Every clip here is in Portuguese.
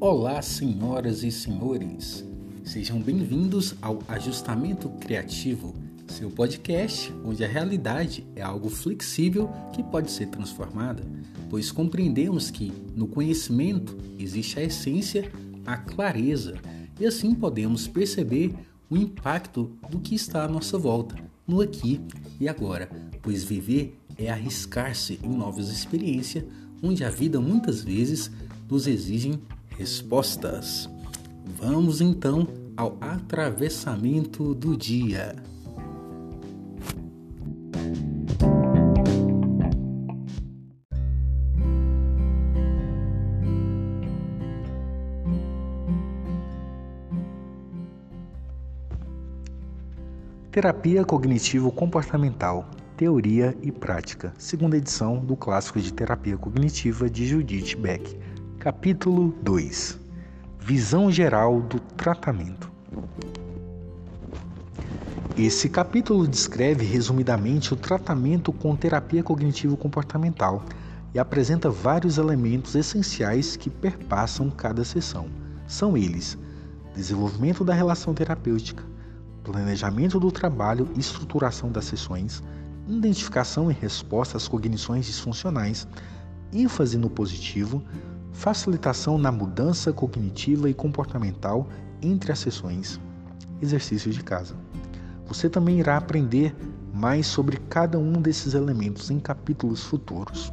Olá, senhoras e senhores, sejam bem-vindos ao Ajustamento Criativo, seu podcast onde a realidade é algo flexível que pode ser transformada, pois compreendemos que no conhecimento existe a essência, a clareza, e assim podemos perceber o impacto do que está à nossa volta, no aqui e agora, pois viver é arriscar-se em novas experiências, onde a vida muitas vezes nos exige respostas. Vamos então ao atravessamento do dia. Terapia Cognitivo-Comportamental, Teoria e Prática, segunda edição do Clássico de Terapia Cognitiva de Judith Beck. Capítulo 2. Visão geral do tratamento. Esse capítulo descreve resumidamente o tratamento com terapia cognitivo-comportamental e apresenta vários elementos essenciais que perpassam cada sessão. São eles: desenvolvimento da relação terapêutica, planejamento do trabalho e estruturação das sessões, identificação e resposta às cognições disfuncionais, ênfase no positivo, facilitação na mudança cognitiva e comportamental entre as sessões, exercícios de casa. Você também irá aprender mais sobre cada um desses elementos em capítulos futuros.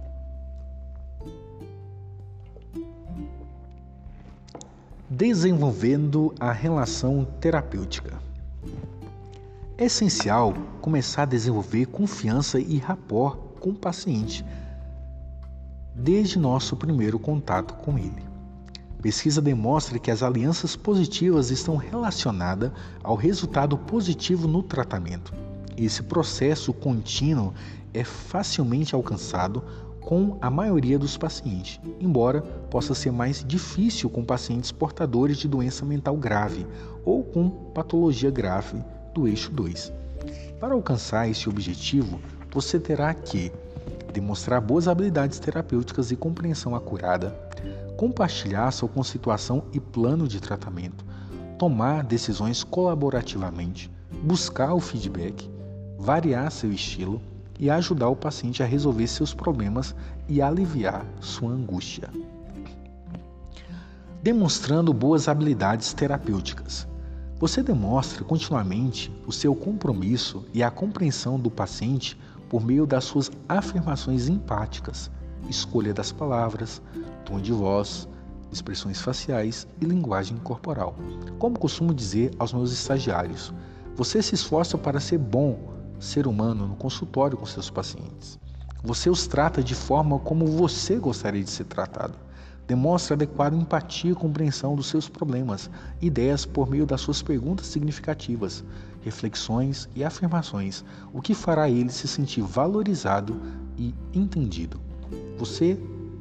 Desenvolvendo a relação terapêutica. É essencial começar a desenvolver confiança e rapport com o paciente desde nosso primeiro contato com ele. Pesquisa demonstra que as alianças positivas estão relacionadas ao resultado positivo no tratamento. Esse processo contínuo é facilmente alcançado com a maioria dos pacientes, embora possa ser mais difícil com pacientes portadores de doença mental grave ou com patologia grave do eixo 2. Para alcançar esse objetivo, você terá que demonstrar boas habilidades terapêuticas e compreensão acurada, compartilhar sua situação e plano de tratamento, tomar decisões colaborativamente, buscar o feedback, variar seu estilo e ajudar o paciente a resolver seus problemas e aliviar sua angústia. Demonstrando boas habilidades terapêuticas. Você demonstra continuamente o seu compromisso e a compreensão do paciente por meio das suas afirmações empáticas, escolha das palavras, tom de voz, expressões faciais e linguagem corporal. Como costumo dizer aos meus estagiários, você se esforça para ser bom ser humano no consultório com seus pacientes. Você os trata de forma como você gostaria de ser tratado. Demonstra adequada empatia e compreensão dos seus problemas, ideias por meio das suas perguntas significativas, reflexões e afirmações, o que fará ele se sentir valorizado e entendido. Você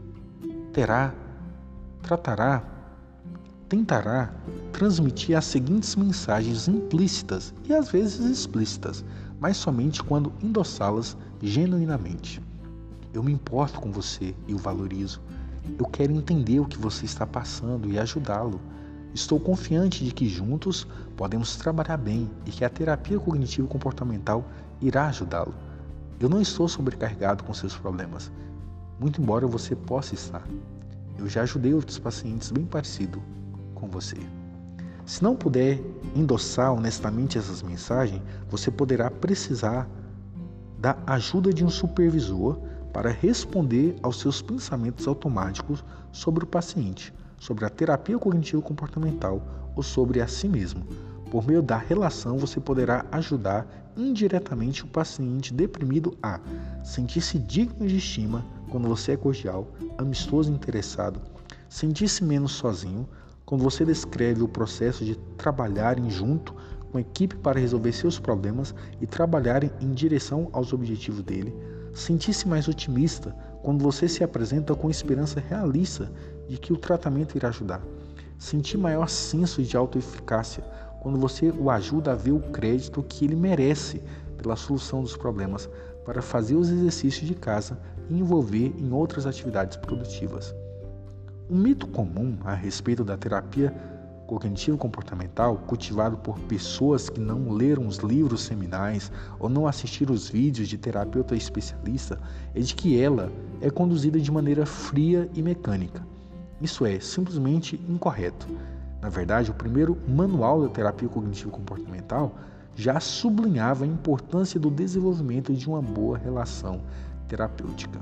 tentará transmitir as seguintes mensagens implícitas e às vezes explícitas, mas somente quando endossá-las genuinamente. Eu me importo com você e o valorizo. Eu quero entender o que você está passando e ajudá-lo. Estou confiante de que juntos podemos trabalhar bem e que a terapia cognitivo-comportamental irá ajudá-lo. Eu não estou sobrecarregado com seus problemas, muito embora você possa estar. Eu já ajudei outros pacientes bem parecidos com você. Se não puder endossar honestamente essas mensagens, você poderá precisar da ajuda de um supervisor para responder aos seus pensamentos automáticos sobre o paciente, sobre a terapia cognitivo-comportamental ou sobre a si mesmo. Por meio da relação, você poderá ajudar indiretamente o paciente deprimido a sentir-se digno de estima quando você é cordial, amistoso e interessado, sentir-se menos sozinho quando você descreve o processo de trabalharem junto com a equipe para resolver seus problemas e trabalharem em direção aos objetivos dele, sentir-se mais otimista quando você se apresenta com esperança realista de que o tratamento irá ajudar. Sentir maior senso de autoeficácia quando você o ajuda a ver o crédito que ele merece pela solução dos problemas para fazer os exercícios de casa e envolver em outras atividades produtivas. Um mito comum a respeito da terapia cognitivo-comportamental, cultivado por pessoas que não leram os livros seminais ou não assistiram os vídeos de terapeuta especialista, é de que ela é conduzida de maneira fria e mecânica. Isso é simplesmente incorreto. Na verdade, o primeiro manual da terapia cognitivo-comportamental já sublinhava a importância do desenvolvimento de uma boa relação terapêutica.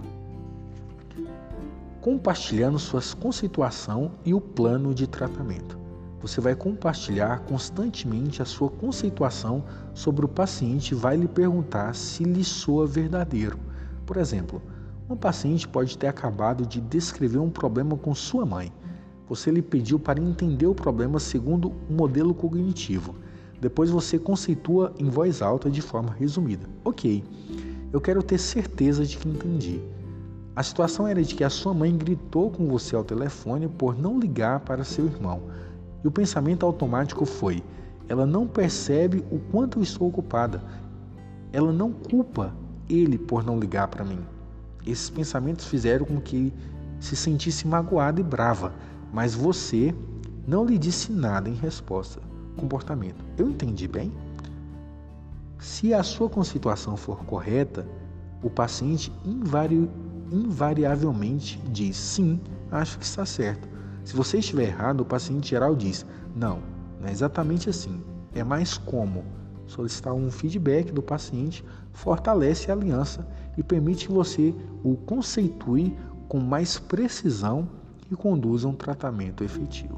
Compartilhando sua conceituação e o plano de tratamento. Você vai compartilhar constantemente a sua conceituação sobre o paciente e vai lhe perguntar se lhe soa verdadeiro. Por exemplo, uma paciente pode ter acabado de descrever um problema com sua mãe. Você lhe pediu para entender o problema segundo um modelo cognitivo. Depois você conceitua em voz alta de forma resumida. Ok, eu quero ter certeza de que entendi. A situação era de que a sua mãe gritou com você ao telefone por não ligar para seu irmão. E o pensamento automático foi: ela não percebe o quanto eu estou ocupada. Ela não culpa ele por não ligar para mim. Esses pensamentos fizeram com que se sentisse magoada e brava, mas você não lhe disse nada em resposta. Comportamento: eu entendi bem? Se a sua conceituação for correta, o paciente invariavelmente diz: sim, acho que está certo. Se você estiver errado, o paciente geral diz: não é exatamente assim. É mais como. Solicitar um feedback do paciente fortalece a aliança e permite que você o conceitue com mais precisão e conduza um tratamento efetivo.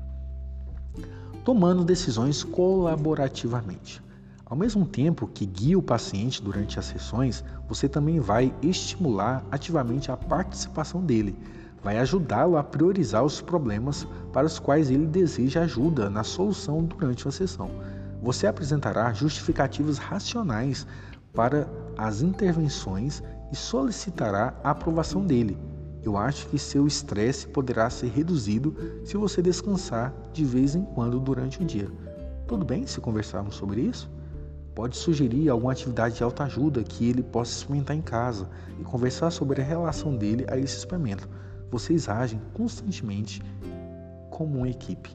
Tomando decisões colaborativamente. Ao mesmo tempo que guia o paciente durante as sessões, você também vai estimular ativamente a participação dele. Vai ajudá-lo a priorizar os problemas para os quais ele deseja ajuda na solução durante a sessão. Você apresentará justificativas racionais para as intervenções e solicitará a aprovação dele. Eu acho que seu estresse poderá ser reduzido se você descansar de vez em quando durante o dia. Tudo bem se conversarmos sobre isso? Pode sugerir alguma atividade de autoajuda que ele possa experimentar em casa e conversar sobre a relação dele a esse experimento. Vocês agem constantemente como uma equipe.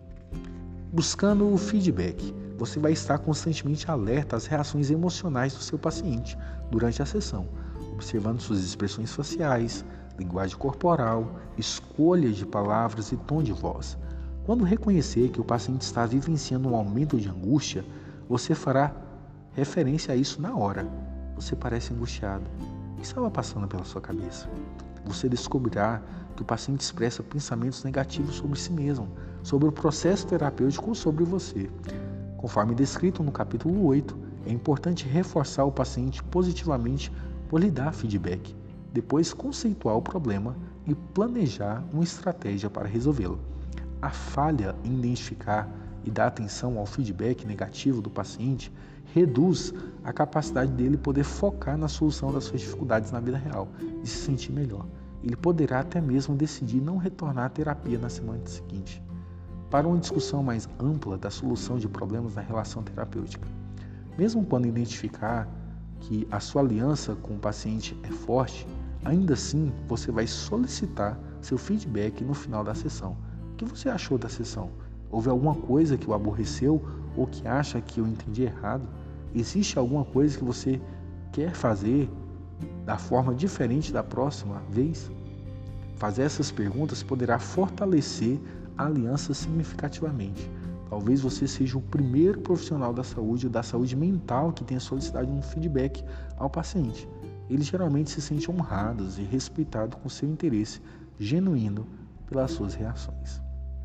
Buscando o feedback, você vai estar constantemente alerta às reações emocionais do seu paciente durante a sessão, observando suas expressões faciais, linguagem corporal, escolha de palavras e tom de voz. Quando reconhecer que o paciente está vivenciando um aumento de angústia, você fará referência a isso na hora. Você parece angustiado. O que estava passando pela sua cabeça? Você descobrirá que o paciente expressa pensamentos negativos sobre si mesmo, sobre o processo terapêutico ou sobre você. Conforme descrito no capítulo 8, é importante reforçar o paciente positivamente por lhe dar feedback, depois conceituar o problema e planejar uma estratégia para resolvê-lo. A falha em identificar e dar atenção ao feedback negativo do paciente reduz a capacidade dele poder focar na solução das suas dificuldades na vida real e se sentir melhor. Ele poderá até mesmo decidir não retornar à terapia na semana seguinte. Para uma discussão mais ampla da solução de problemas na relação terapêutica. Mesmo quando identificar que a sua aliança com o paciente é forte, ainda assim você vai solicitar seu feedback no final da sessão. O que você achou da sessão? Houve alguma coisa que o aborreceu ou que acha que eu entendi errado? Existe alguma coisa que você quer fazer da forma diferente da próxima vez? Fazer essas perguntas poderá fortalecer a aliança significativamente. Talvez você seja o primeiro profissional da saúde ou da saúde mental que tenha solicitado um feedback ao paciente. Eles geralmente se sentem honrados e respeitados com seu interesse genuíno pelas suas reações.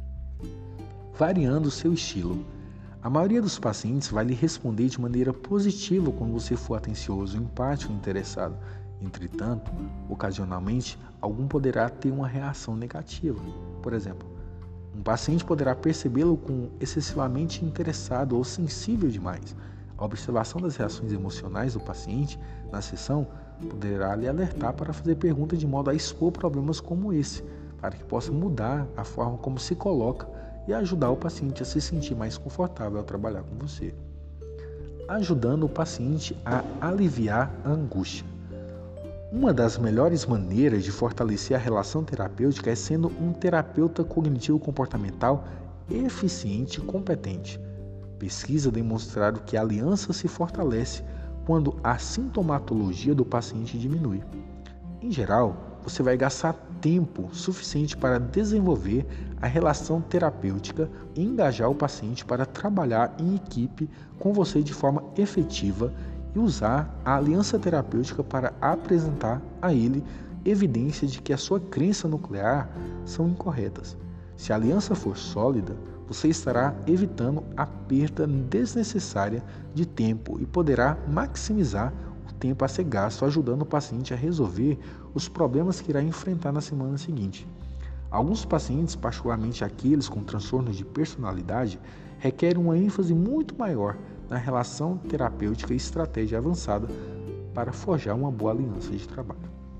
Variando o seu estilo. A maioria dos pacientes vai lhe responder de maneira positiva quando você for atencioso, empático e interessado. Entretanto, ocasionalmente, algum poderá ter uma reação negativa. Por exemplo, um paciente poderá percebê-lo como excessivamente interessado ou sensível demais. A observação das reações emocionais do paciente na sessão poderá lhe alertar para fazer perguntas de modo a expor problemas como esse, para que possa mudar a forma como se coloca e ajudar o paciente a se sentir mais confortável ao trabalhar com você. Ajudando o paciente a aliviar a angústia. Uma das melhores maneiras de fortalecer a relação terapêutica é sendo um terapeuta cognitivo-comportamental eficiente e competente. Pesquisa demonstraram que a aliança se fortalece quando a sintomatologia do paciente diminui. Em geral, você vai gastar tempo suficiente para desenvolver a relação terapêutica e engajar o paciente para trabalhar em equipe com você de forma efetiva e usar a aliança terapêutica para apresentar a ele evidência de que a sua crença nuclear são incorretas. Se a aliança for sólida, você estará evitando a perda desnecessária de tempo e poderá maximizar o tempo a ser gasto ajudando o paciente a resolver os problemas que irá enfrentar na semana seguinte. Alguns pacientes, particularmente aqueles com transtornos de personalidade, requerem uma ênfase muito maior na relação terapêutica e estratégia avançada para forjar uma boa aliança de trabalho.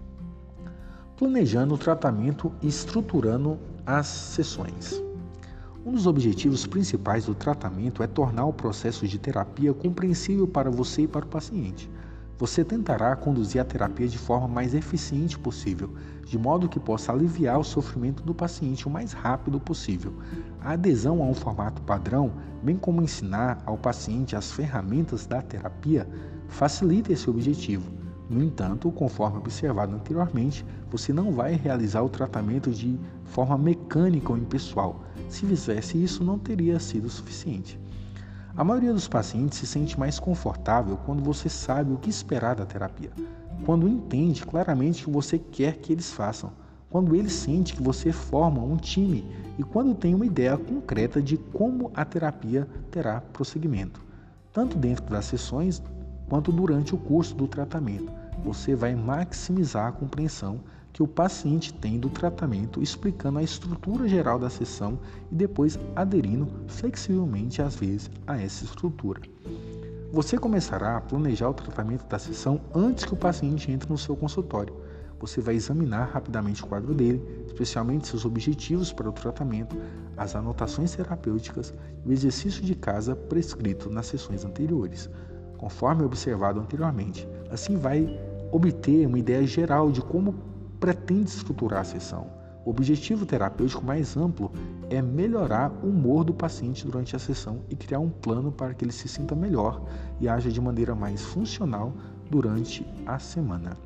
Planejando o tratamento e estruturando as sessões. Um dos objetivos principais do tratamento é tornar o processo de terapia compreensível para você e para o paciente. Você tentará conduzir a terapia de forma mais eficiente possível, de modo que possa aliviar o sofrimento do paciente o mais rápido possível. A adesão a um formato padrão, bem como ensinar ao paciente as ferramentas da terapia, facilita esse objetivo. No entanto, conforme observado anteriormente, você não vai realizar o tratamento de forma mecânica ou impessoal. Se fizesse isso, não teria sido suficiente. A maioria dos pacientes se sente mais confortável quando você sabe o que esperar da terapia, quando entende claramente o que você quer que eles façam, quando ele sente que você forma um time e quando tem uma ideia concreta de como a terapia terá prosseguimento, tanto dentro das sessões quanto durante o curso do tratamento. Você vai maximizar a compreensão que o paciente tem do tratamento, explicando a estrutura geral da sessão e depois aderindo flexivelmente às vezes a essa estrutura. Você começará a planejar o tratamento da sessão antes que o paciente entre no seu consultório. Você vai examinar rapidamente o quadro dele, especialmente seus objetivos para o tratamento, as anotações terapêuticas e o exercício de casa prescrito nas sessões anteriores, conforme observado anteriormente. Assim vai obter uma ideia geral de como pretende estruturar a sessão. O objetivo terapêutico mais amplo é melhorar o humor do paciente durante a sessão e criar um plano para que ele se sinta melhor e haja de maneira mais funcional durante a semana.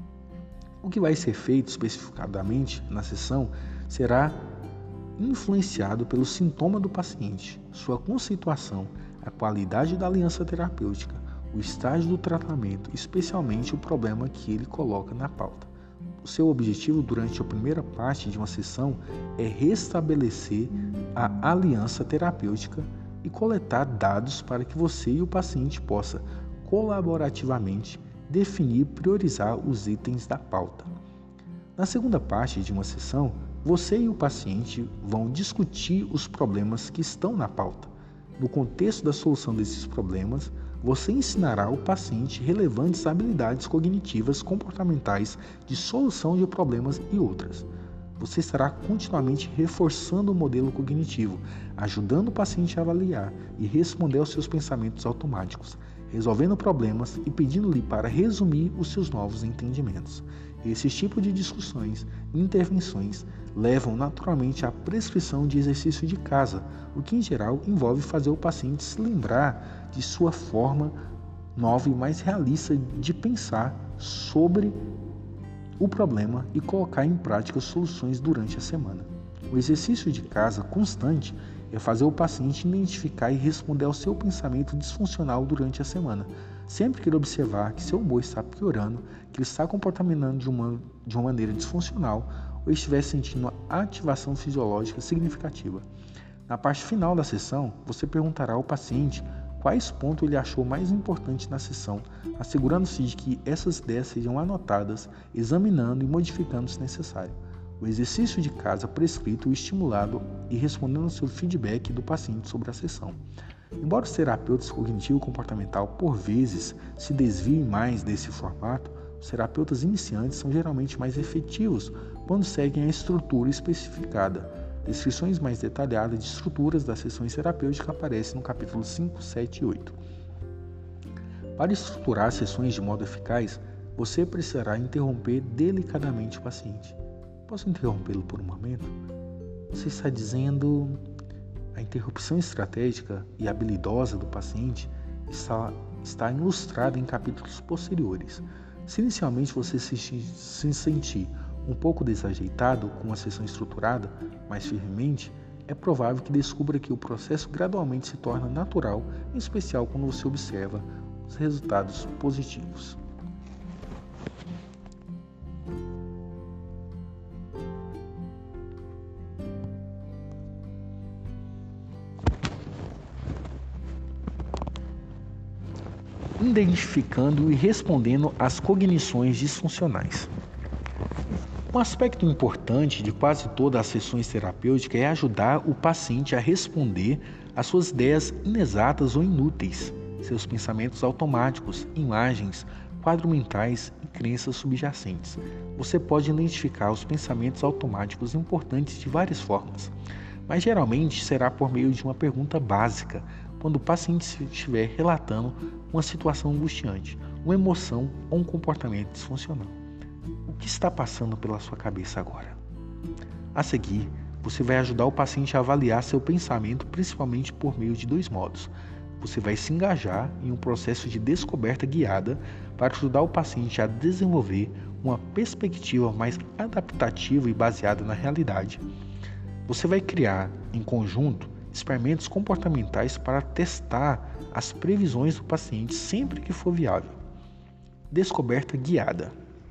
O que vai ser feito especificadamente na sessão será influenciado pelo sintoma do paciente, sua conceituação, a qualidade da aliança terapêutica, o estágio do tratamento, especialmente o problema que ele coloca na pauta. O seu objetivo durante a primeira parte de uma sessão é restabelecer a aliança terapêutica e coletar dados para que você e o paciente possam colaborativamente definir e priorizar os itens da pauta. Na segunda parte de uma sessão, você e o paciente vão discutir os problemas que estão na pauta. No contexto da solução desses problemas, você ensinará ao paciente relevantes habilidades cognitivas, comportamentais, de solução de problemas e outras. Você estará continuamente reforçando o modelo cognitivo, ajudando o paciente a avaliar e responder aos seus pensamentos automáticos, resolvendo problemas e pedindo-lhe para resumir os seus novos entendimentos. Esses tipos de discussões e intervenções levam naturalmente à prescrição de exercício de casa, o que em geral envolve fazer o paciente se lembrar de sua forma nova e mais realista de pensar sobre o problema e colocar em prática soluções durante a semana. O exercício de casa constante é fazer o paciente identificar e responder ao seu pensamento disfuncional durante a semana, sempre que ele observar que seu humor está piorando, que ele está comportamentando de uma maneira disfuncional ou estiver sentindo uma ativação fisiológica significativa. Na parte final da sessão, você perguntará ao paciente quais pontos ele achou mais importantes na sessão, assegurando-se de que essas ideias sejam anotadas, examinando e modificando se necessário. O exercício de casa prescrito, estimulado e respondendo ao seu feedback do paciente sobre a sessão. Embora os terapeutas cognitivo-comportamental por vezes se desviem mais desse formato, os terapeutas iniciantes são geralmente mais efetivos quando seguem a estrutura especificada. Descrições mais detalhadas de estruturas das sessões terapêuticas aparecem no capítulo 5, 7 e 8. Para estruturar as sessões de modo eficaz, você precisará interromper delicadamente o paciente. Posso interrompê-lo por um momento? Você está dizendo... A interrupção estratégica e habilidosa do paciente está ilustrada em capítulos posteriores. Se inicialmente você se sentir um pouco desajeitado com uma sessão estruturada mais firmemente, é provável que descubra que o processo gradualmente se torna natural, em especial quando você observa os resultados positivos. Identificando e respondendo às cognições disfuncionais. Um aspecto importante de quase todas as sessões terapêuticas é ajudar o paciente a responder às suas ideias inexatas ou inúteis, seus pensamentos automáticos, imagens, quadros mentais e crenças subjacentes. Você pode identificar os pensamentos automáticos importantes de várias formas, mas geralmente será por meio de uma pergunta básica, quando o paciente estiver relatando uma situação angustiante, uma emoção ou um comportamento disfuncional. O que está passando pela sua cabeça agora? A seguir, você vai ajudar o paciente a avaliar seu pensamento, principalmente por meio de 2 modos. Você vai se engajar em um processo de descoberta guiada para ajudar o paciente a desenvolver uma perspectiva mais adaptativa e baseada na realidade. Você vai criar, em conjunto, experimentos comportamentais para testar as previsões do paciente sempre que for viável. Descoberta guiada.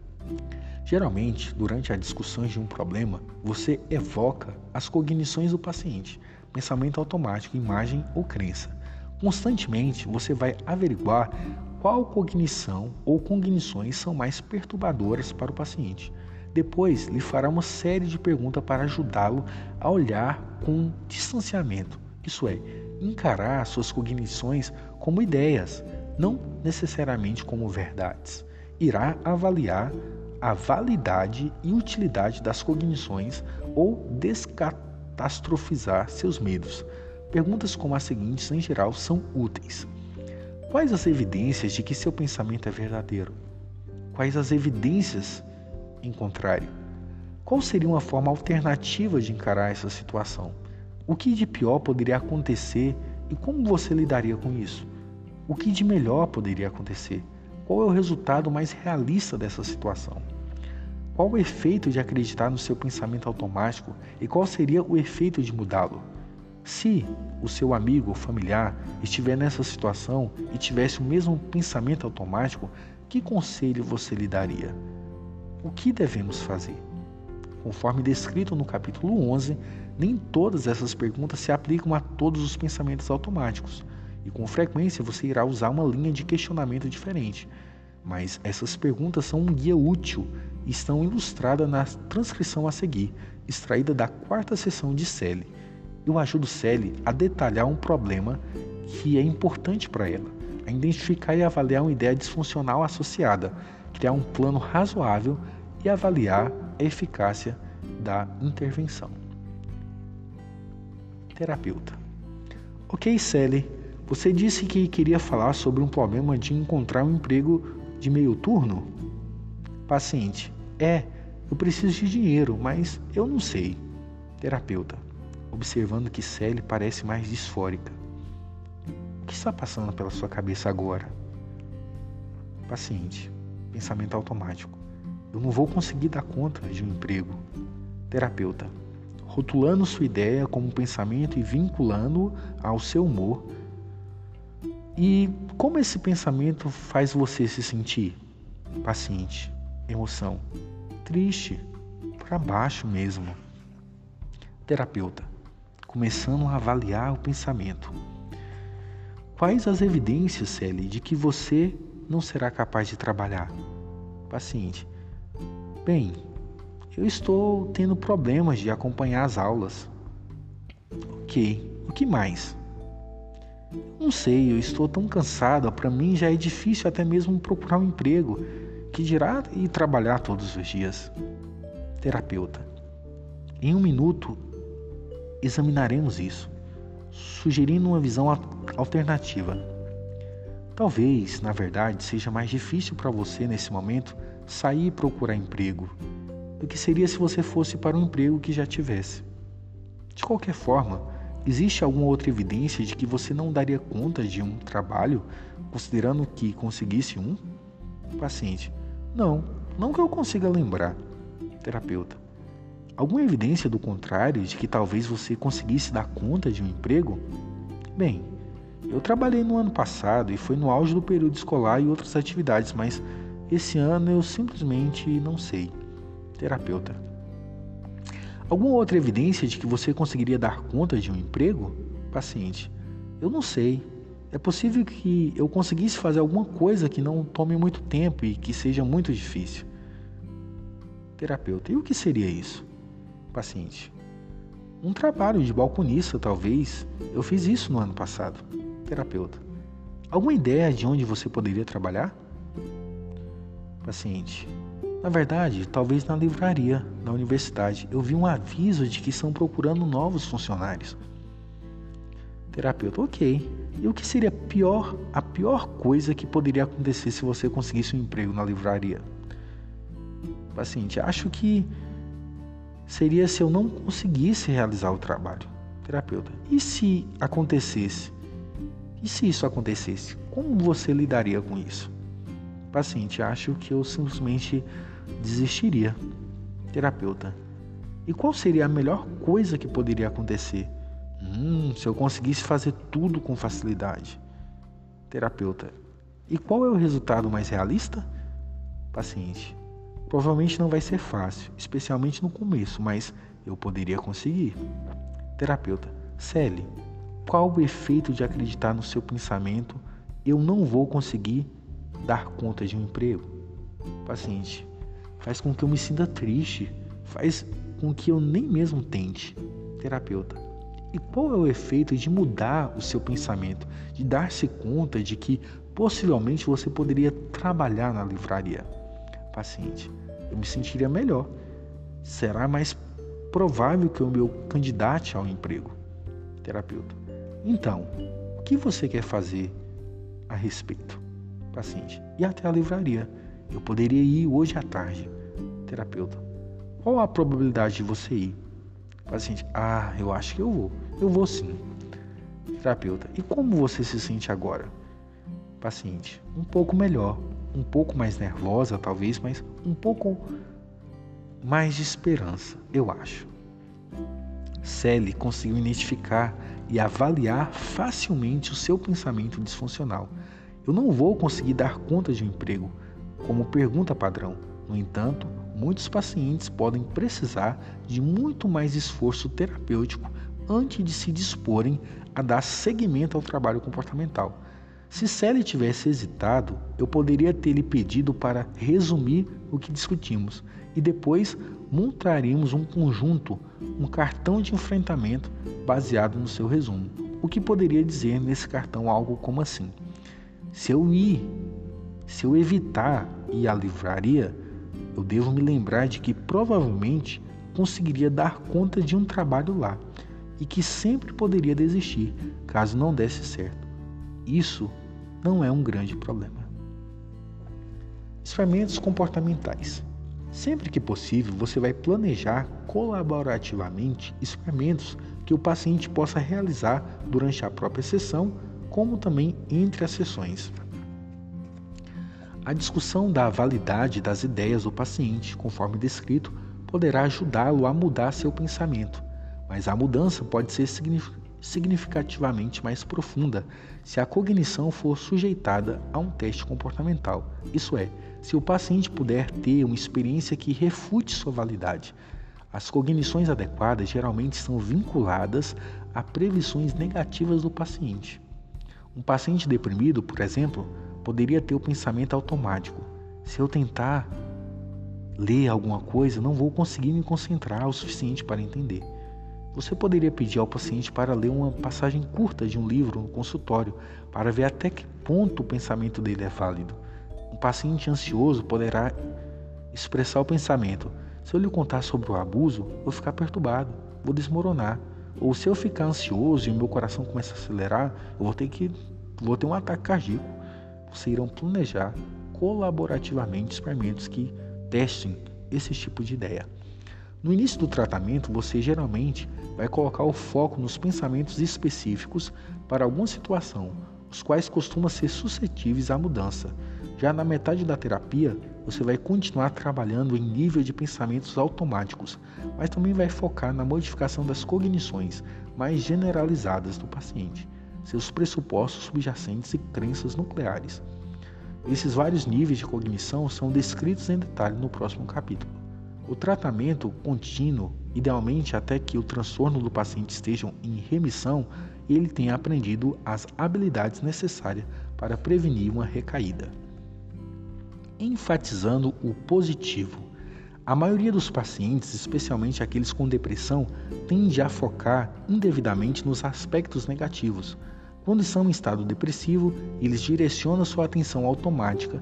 Geralmente, durante a discussão de um problema, você evoca as cognições do paciente, pensamento automático, imagem ou crença. Constantemente, você vai averiguar qual cognição ou cognições são mais perturbadoras para o paciente. Depois, lhe fará uma série de perguntas para ajudá-lo a olhar com distanciamento, isso é, encarar suas cognições como ideias, não necessariamente como verdades. Irá avaliar a validade e utilidade das cognições ou descatastrofizar seus medos. Perguntas como as seguintes, em geral, são úteis. Quais as evidências de que seu pensamento é verdadeiro? Quais as evidências em contrário? Qual seria uma forma alternativa de encarar essa situação? O que de pior poderia acontecer e como você lidaria com isso? O que de melhor poderia acontecer? Qual é o resultado mais realista dessa situação? Qual o efeito de acreditar no seu pensamento automático e qual seria o efeito de mudá-lo? Se o seu amigo ou familiar estiver nessa situação e tivesse o mesmo pensamento automático, que conselho você lhe daria? O que devemos fazer? Conforme descrito no capítulo 11, nem todas essas perguntas se aplicam a todos os pensamentos automáticos, e com frequência você irá usar uma linha de questionamento diferente. Mas essas perguntas são um guia útil e estão ilustradas na transcrição a seguir, extraída da 4ª sessão de Sally. Eu ajudo Sally a detalhar um problema que é importante para ela, a identificar e avaliar uma ideia disfuncional associada, criar um plano razoável e avaliar a eficácia da intervenção. Terapeuta. Ok, Sally, você disse que queria falar sobre um problema de encontrar um emprego de meio turno? Paciente. Eu preciso de dinheiro, mas eu não sei. Terapeuta. Observando que Sally parece mais disfórica. O que está passando pela sua cabeça agora? Paciente. Pensamento automático. Eu não vou conseguir dar conta de um emprego. Terapeuta. Rotulando sua ideia como pensamento e vinculando-o ao seu humor. E como esse pensamento faz você se sentir? Paciente. Emoção. Triste. Para baixo mesmo. Terapeuta. Começando a avaliar o pensamento. Quais as evidências, Sally, de que você não será capaz de trabalhar? Paciente. Bem, eu estou tendo problemas de acompanhar as aulas. Ok, o que mais? Não sei, eu estou tão cansada, para mim já é difícil até mesmo procurar um emprego, que dirá ir trabalhar todos os dias. Terapeuta. Em 1 minuto, examinaremos isso, sugerindo uma visão alternativa. Talvez, na verdade, seja mais difícil para você nesse momento sair e procurar emprego do que seria se você fosse para um emprego que já tivesse. De qualquer forma, existe alguma outra evidência de que você não daria conta de um trabalho, considerando que conseguisse um? Paciente: não que eu consiga lembrar. Terapeuta: alguma evidência do contrário, de que talvez você conseguisse dar conta de um emprego? Bem, eu trabalhei no ano passado e foi no auge do período escolar e outras atividades, mas esse ano eu simplesmente não sei. Terapeuta: alguma outra evidência de que você conseguiria dar conta de um emprego? Paciente: eu não sei. É possível que eu conseguisse fazer alguma coisa que não tome muito tempo e que seja muito difícil. Terapeuta: e o que seria isso? Paciente: um trabalho de balconista, talvez. Eu fiz isso no ano passado. Terapeuta: alguma ideia de onde você poderia trabalhar? Paciente: na verdade, talvez na livraria da universidade. Eu vi um aviso de que estão procurando novos funcionários. Terapeuta: ok. E o que seria a pior coisa que poderia acontecer se você conseguisse um emprego na livraria? Paciente: acho que seria se eu não conseguisse realizar o trabalho. Terapeuta: e se acontecesse? E se isso acontecesse? Como você lidaria com isso? Paciente: acho que eu simplesmente desistiria. Terapeuta: e qual seria a melhor coisa que poderia acontecer? Se eu conseguisse fazer tudo com facilidade. Terapeuta: e qual é o resultado mais realista? Paciente: provavelmente não vai ser fácil, especialmente no começo, mas eu poderia conseguir. Terapeuta: Sally, qual o efeito de acreditar no seu pensamento eu não vou conseguir dar conta de um emprego? Paciente: faz com que eu me sinta triste, faz com que eu nem mesmo tente. Terapeuta: e qual é o efeito de mudar o seu pensamento, de dar-se conta de que possivelmente você poderia trabalhar na livraria? Paciente: eu me sentiria melhor. Será mais provável que eu me candidate ao emprego. Terapeuta: então, o que você quer fazer a respeito? Paciente: ir até a livraria. Eu poderia ir hoje à tarde. Terapeuta: qual a probabilidade de você ir? Paciente: eu acho que eu vou. Eu vou sim. Terapeuta: e como você se sente agora? Paciente: um pouco melhor, um pouco mais nervosa talvez, mas um pouco mais de esperança, eu acho. Sally conseguiu identificar e avaliar facilmente o seu pensamento disfuncional. Eu não vou conseguir dar conta de um emprego, como pergunta padrão. No entanto, muitos pacientes podem precisar de muito mais esforço terapêutico antes de se disporem a dar seguimento ao trabalho comportamental. Se Sally tivesse hesitado, eu poderia ter lhe pedido para resumir o que discutimos e depois montaríamos um cartão de enfrentamento baseado no seu resumo. O que poderia dizer nesse cartão algo como assim: se eu evitar ir à livraria, eu devo me lembrar de que provavelmente conseguiria dar conta de um trabalho lá e que sempre poderia desistir caso não desse certo. Isso não é um grande problema. Experimentos comportamentais. Sempre que possível, você vai planejar colaborativamente experimentos que o paciente possa realizar durante a própria sessão, como também entre as sessões. A discussão da validade das ideias do paciente, conforme descrito, poderá ajudá-lo a mudar seu pensamento, mas a mudança pode ser significativamente mais profunda se a cognição for sujeitada a um teste comportamental, isso é, se o paciente puder ter uma experiência que refute sua validade. As cognições adequadas geralmente estão vinculadas a previsões negativas do paciente. Um paciente deprimido, por exemplo, poderia ter o pensamento automático: se eu tentar ler alguma coisa, não vou conseguir me concentrar o suficiente para entender. Você poderia pedir ao paciente para ler uma passagem curta de um livro no consultório, para ver até que ponto o pensamento dele é válido. Um paciente ansioso poderá expressar o pensamento: se eu lhe contar sobre o abuso, vou ficar perturbado, vou desmoronar. Ou se eu ficar ansioso e o meu coração começa a acelerar, eu vou ter um ataque cardíaco. vocês irão planejar colaborativamente experimentos que testem esse tipo de ideia. No início do tratamento, você geralmente vai colocar o foco nos pensamentos específicos para alguma situação, os quais costumam ser suscetíveis à mudança. Já na metade da terapia, você vai continuar trabalhando em nível de pensamentos automáticos, mas também vai focar na modificação das cognições mais generalizadas do paciente, seus pressupostos subjacentes e crenças nucleares. Esses vários níveis de cognição são descritos em detalhe no próximo capítulo. O tratamento contínuo, idealmente até que o transtorno do paciente esteja em remissão, ele tenha aprendido as habilidades necessárias para prevenir uma recaída. Enfatizando o positivo. A maioria dos pacientes, especialmente aqueles com depressão, tende a focar indevidamente nos aspectos negativos. Quando estão em estado depressivo, eles direcionam sua atenção automática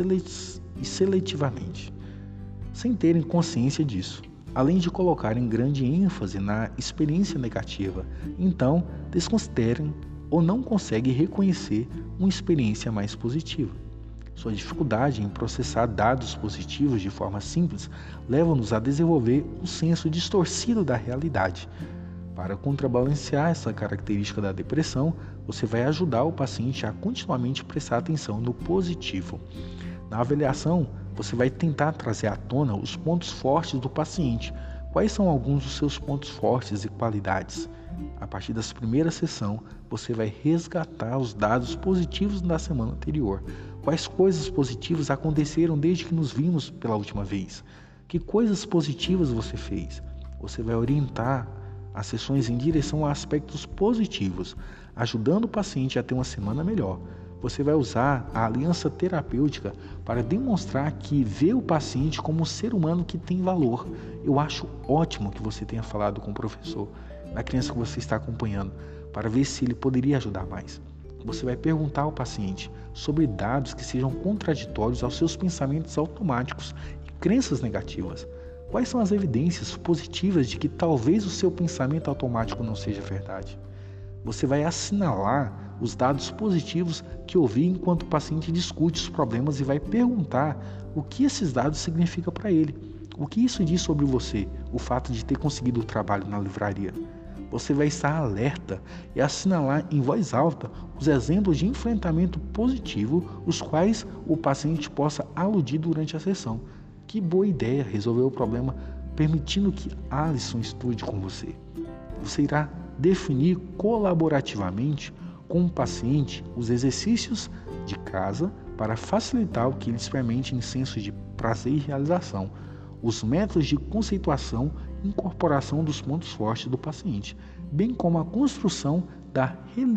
e seletivamente, sem terem consciência disso, além de colocarem grande ênfase na experiência negativa. Então, desconsideram ou não conseguem reconhecer uma experiência mais positiva. Sua dificuldade em processar dados positivos de forma simples leva-nos a desenvolver um senso distorcido da realidade. Para contrabalancear essa característica da depressão, você vai ajudar o paciente a continuamente prestar atenção no positivo. Na avaliação, você vai tentar trazer à tona os pontos fortes do paciente. Quais são alguns dos seus pontos fortes e qualidades? A partir dessa primeira sessão, você vai resgatar os dados positivos da semana anterior. Quais coisas positivas aconteceram desde que nos vimos pela última vez? Que coisas positivas você fez? Você vai orientar as sessões em direção a aspectos positivos, ajudando o paciente a ter uma semana melhor. Você vai usar a aliança terapêutica para demonstrar que vê o paciente como um ser humano que tem valor. Eu acho ótimo que você tenha falado com o professor, da criança que você está acompanhando, para ver se ele poderia ajudar mais. Você vai perguntar ao paciente sobre dados que sejam contraditórios aos seus pensamentos automáticos e crenças negativas. Quais são as evidências positivas de que talvez o seu pensamento automático não seja verdade? Você vai assinalar os dados positivos que ouviu enquanto o paciente discute os problemas e vai perguntar o que esses dados significam para ele. O que isso diz sobre você, o fato de ter conseguido o trabalho na livraria? Você vai estar alerta e assinalar em voz alta os exemplos de enfrentamento positivo, os quais o paciente possa aludir durante a sessão. Que boa ideia resolver o problema permitindo que Alisson estude com você. Você irá definir colaborativamente com o paciente os exercícios de casa para facilitar o que ele experimente em senso de prazer e realização, os métodos de conceituação e incorporação dos pontos fortes do paciente, bem como a construção da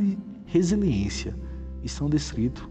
resiliência, estão descritos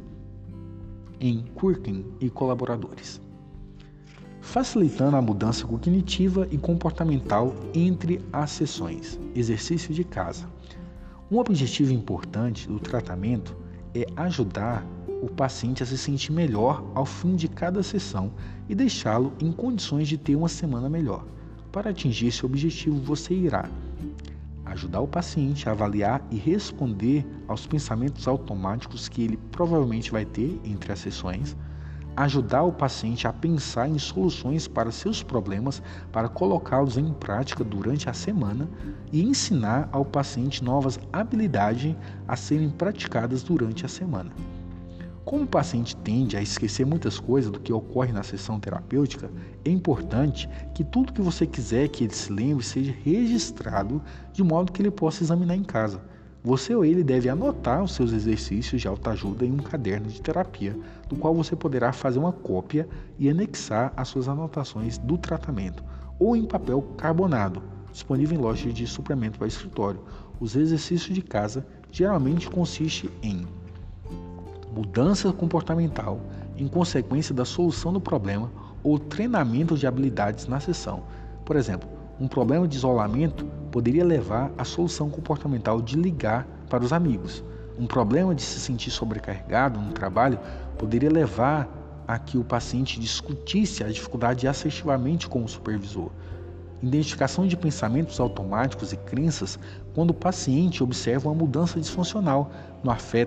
em Kurkin e colaboradores, facilitando a mudança cognitiva e comportamental entre as sessões. Exercício de casa. Um objetivo importante do tratamento é ajudar o paciente a se sentir melhor ao fim de cada sessão e deixá-lo em condições de ter uma semana melhor. Para atingir esse objetivo, você irá ajudar o paciente a avaliar e responder aos pensamentos automáticos que ele provavelmente vai ter entre as sessões, ajudar o paciente a pensar em soluções para seus problemas para colocá-los em prática durante a semana e ensinar ao paciente novas habilidades a serem praticadas durante a semana. Como o paciente tende a esquecer muitas coisas do que ocorre na sessão terapêutica, é importante que tudo que você quiser que ele se lembre seja registrado de modo que ele possa examinar em casa. Você ou ele deve anotar os seus exercícios de autoajuda em um caderno de terapia, do qual você poderá fazer uma cópia e anexar as suas anotações do tratamento, ou em papel carbonado, disponível em lojas de suplemento para escritório. Os exercícios de casa geralmente consistem em mudança comportamental em consequência da solução do problema ou treinamento de habilidades na sessão. Por exemplo, um problema de isolamento poderia levar à solução comportamental de ligar para os amigos. Um problema de se sentir sobrecarregado no trabalho poderia levar a que o paciente discutisse a dificuldade assertivamente com o supervisor. Identificação de pensamentos automáticos e crenças quando o paciente observa uma mudança disfuncional no afeto,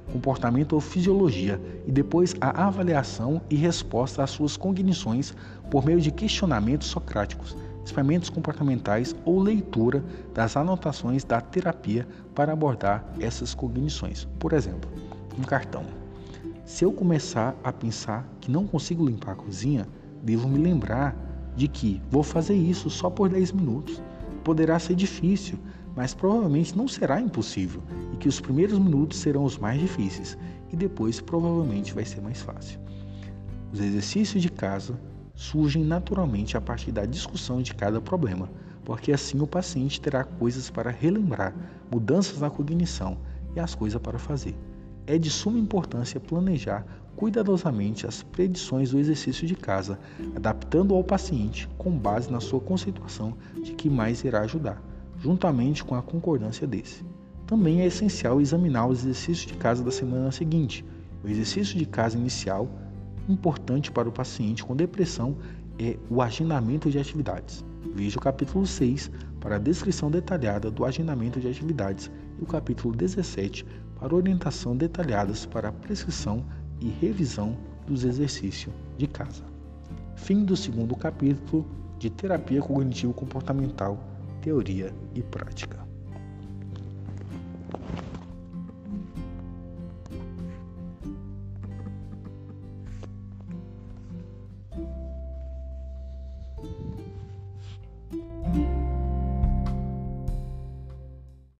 comportamento ou fisiologia, e depois a avaliação e resposta às suas cognições por meio de questionamentos socráticos, experimentos comportamentais ou leitura das anotações da terapia para abordar essas cognições. Por exemplo, um cartão. Se eu começar a pensar que não consigo limpar a cozinha, devo me lembrar de que vou fazer isso só por 10 minutos. Poderá ser difícil, mas provavelmente não será impossível, e que os primeiros minutos serão os mais difíceis e depois provavelmente vai ser mais fácil. Os exercícios de casa surgem naturalmente a partir da discussão de cada problema, porque assim o paciente terá coisas para relembrar, mudanças na cognição e as coisas para fazer. É de suma importância planejar cuidadosamente as predições do exercício de casa, adaptando ao paciente com base na sua conceituação de que mais irá ajudar, juntamente com a concordância desse. Também é essencial examinar os exercícios de casa da semana seguinte. O exercício de casa inicial, importante para o paciente com depressão, é o agendamento de atividades. Veja o capítulo 6 para a descrição detalhada do agendamento de atividades e o capítulo 17 para orientação detalhadas para a prescrição e revisão dos exercícios de casa. Fim do segundo capítulo de Terapia Cognitivo-Comportamental, Teoria e Prática.